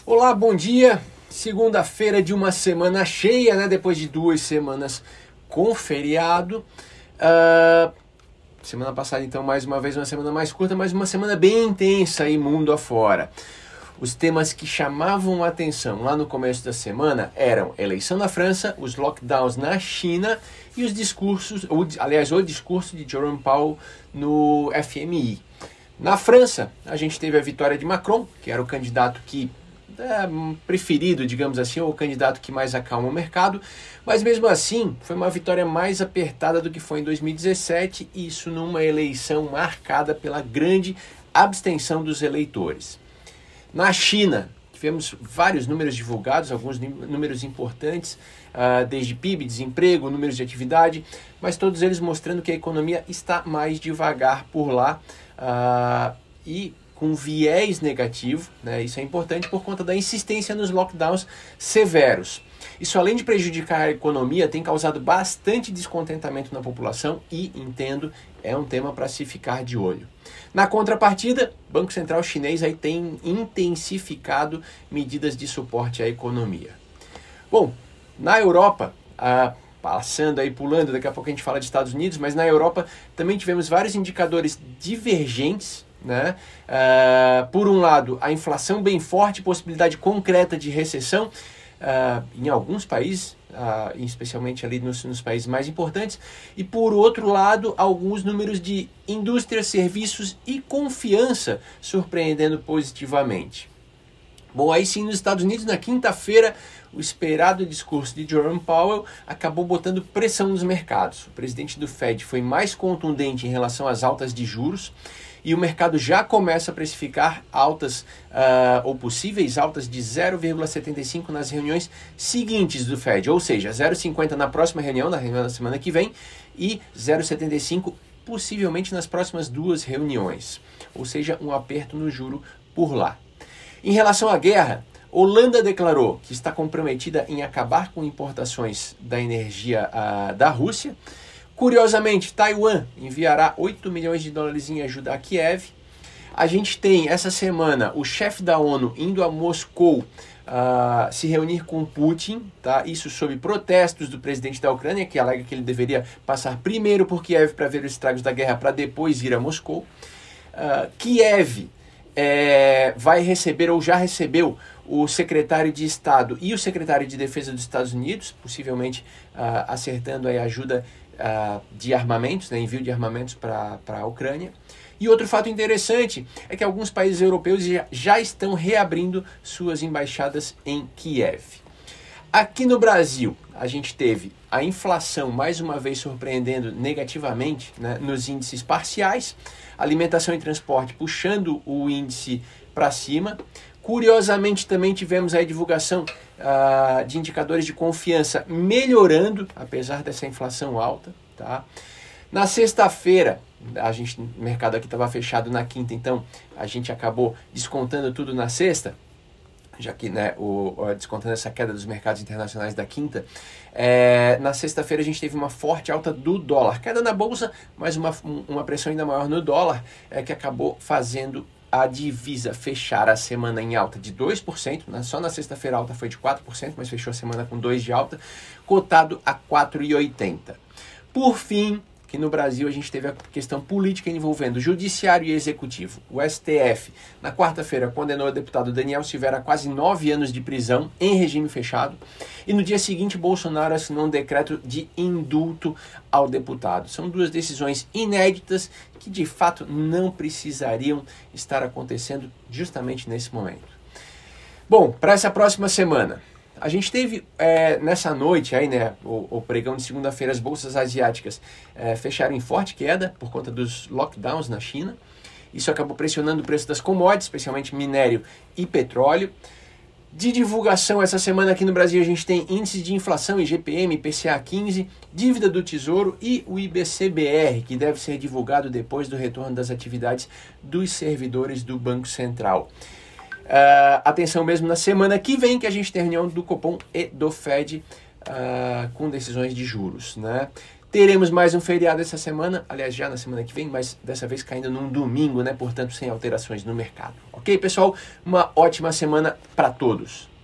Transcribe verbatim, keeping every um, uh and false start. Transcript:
Olá, bom dia. Segunda-feira de uma semana cheia, né? Depois de duas semanas com feriado. Uh, semana passada, então, mais uma vez uma semana mais curta, mas uma semana bem intensa aí mundo afora. Os temas que chamavam a atenção lá no começo da semana eram eleição na França, os lockdowns na China e os discursos, ou, aliás, o discurso de Jerome Powell no F M I. Na França, a gente teve a vitória de Macron, que era o candidato que é, preferido, digamos assim, ou o candidato que mais acalma o mercado, mas mesmo assim foi uma vitória mais apertada do que foi em dois mil e dezessete, e isso numa eleição marcada pela grande abstenção dos eleitores. Na China, tivemos vários números divulgados, alguns números importantes, uh, desde P I B, desemprego, números de atividade, mas todos eles mostrando que a economia está mais devagar por lá uh, e com viés negativo, né? Isso é importante por conta da insistência nos lockdowns severos. Isso, além de prejudicar a economia, tem causado bastante descontentamento na população e, entendo, é um tema para se ficar de olho. Na contrapartida, o Banco Central chinês aí tem intensificado medidas de suporte à economia. Bom, na Europa, ah, passando aí, pulando, daqui a pouco a gente fala de Estados Unidos, mas na Europa também tivemos vários indicadores divergentes, né? Uh, por um lado, a inflação bem forte, possibilidade concreta de recessão uh, em alguns países, uh, especialmente ali nos, nos países mais importantes, e por outro lado, alguns números de indústria, serviços e confiança surpreendendo positivamente. Bom, aí sim, nos Estados Unidos, na quinta-feira, o esperado discurso de Jerome Powell acabou botando pressão nos mercados. O presidente do Fed foi mais contundente em relação às altas de juros, e o mercado já começa a precificar altas, uh, ou possíveis altas de zero vírgula setenta e cinco nas reuniões seguintes do Fed, ou seja, zero vírgula cinquenta na próxima reunião, na reunião da semana que vem, e zero vírgula setenta e cinco possivelmente nas próximas duas reuniões, ou seja, um aperto no juro por lá. Em relação à guerra, Holanda declarou que está comprometida em acabar com importações da energia uh, da Rússia. Curiosamente, Taiwan enviará oito milhões de dólares em ajuda a Kiev. A gente tem, essa semana, o chefe da ONU indo a Moscou uh, se reunir com Putin, tá? Isso sob protestos do presidente da Ucrânia, que alega que ele deveria passar primeiro por Kiev para ver os estragos da guerra, para depois ir a Moscou. Uh, Kiev é, vai receber, ou já recebeu, o secretário de Estado e o secretário de Defesa dos Estados Unidos, possivelmente uh, acertando aí a ajuda Uh, de armamentos, né, envio de armamentos para a Ucrânia. E outro fato interessante é que alguns países europeus já, já estão reabrindo suas embaixadas em Kiev. Aqui no Brasil, a gente teve a inflação mais uma vez surpreendendo negativamente, né, nos índices parciais, alimentação e transporte puxando o índice para cima. Curiosamente, também tivemos a divulgação uh, de indicadores de confiança melhorando, apesar dessa inflação alta. Tá? Na sexta-feira, a gente, o mercado aqui estava fechado na quinta, então a gente acabou descontando tudo na sexta, já que, né, o, o, descontando essa queda dos mercados internacionais da quinta. É, na sexta-feira a gente teve uma forte alta do dólar. Queda na bolsa, mas uma, uma pressão ainda maior no dólar, é, que acabou fazendo a divisa fechar a semana em alta de dois por cento, né? Só na sexta-feira a alta foi de quatro por cento, mas fechou a semana com dois por cento de alta, cotado a quatro reais e oitenta centavos. Por fim, que no Brasil a gente teve a questão política envolvendo judiciário e executivo. O S T F, na quarta-feira, condenou o deputado Daniel Silveira a quase nove anos de prisão em regime fechado. E no dia seguinte, Bolsonaro assinou um decreto de indulto ao deputado. São duas decisões inéditas que, de fato, não precisariam estar acontecendo justamente nesse momento. Bom, para essa próxima semana, a gente teve é, nessa noite, aí, né, o, o pregão de segunda-feira, as bolsas asiáticas é, fecharam em forte queda por conta dos lockdowns na China. Isso acabou pressionando o preço das commodities, especialmente minério e petróleo. De divulgação, essa semana aqui no Brasil a gente tem índices de inflação, I G P M, I P C A quinze, dívida do Tesouro e o I B C B R, que deve ser divulgado depois do retorno das atividades dos servidores do Banco Central. Uh, atenção mesmo na semana que vem, que a gente tem reunião do Copom e do Fed uh, com decisões de juros, né? Teremos mais um feriado essa semana, aliás, já na semana que vem, mas dessa vez caindo num domingo, né? Portanto, sem alterações no mercado. Ok, pessoal? Uma ótima semana para todos.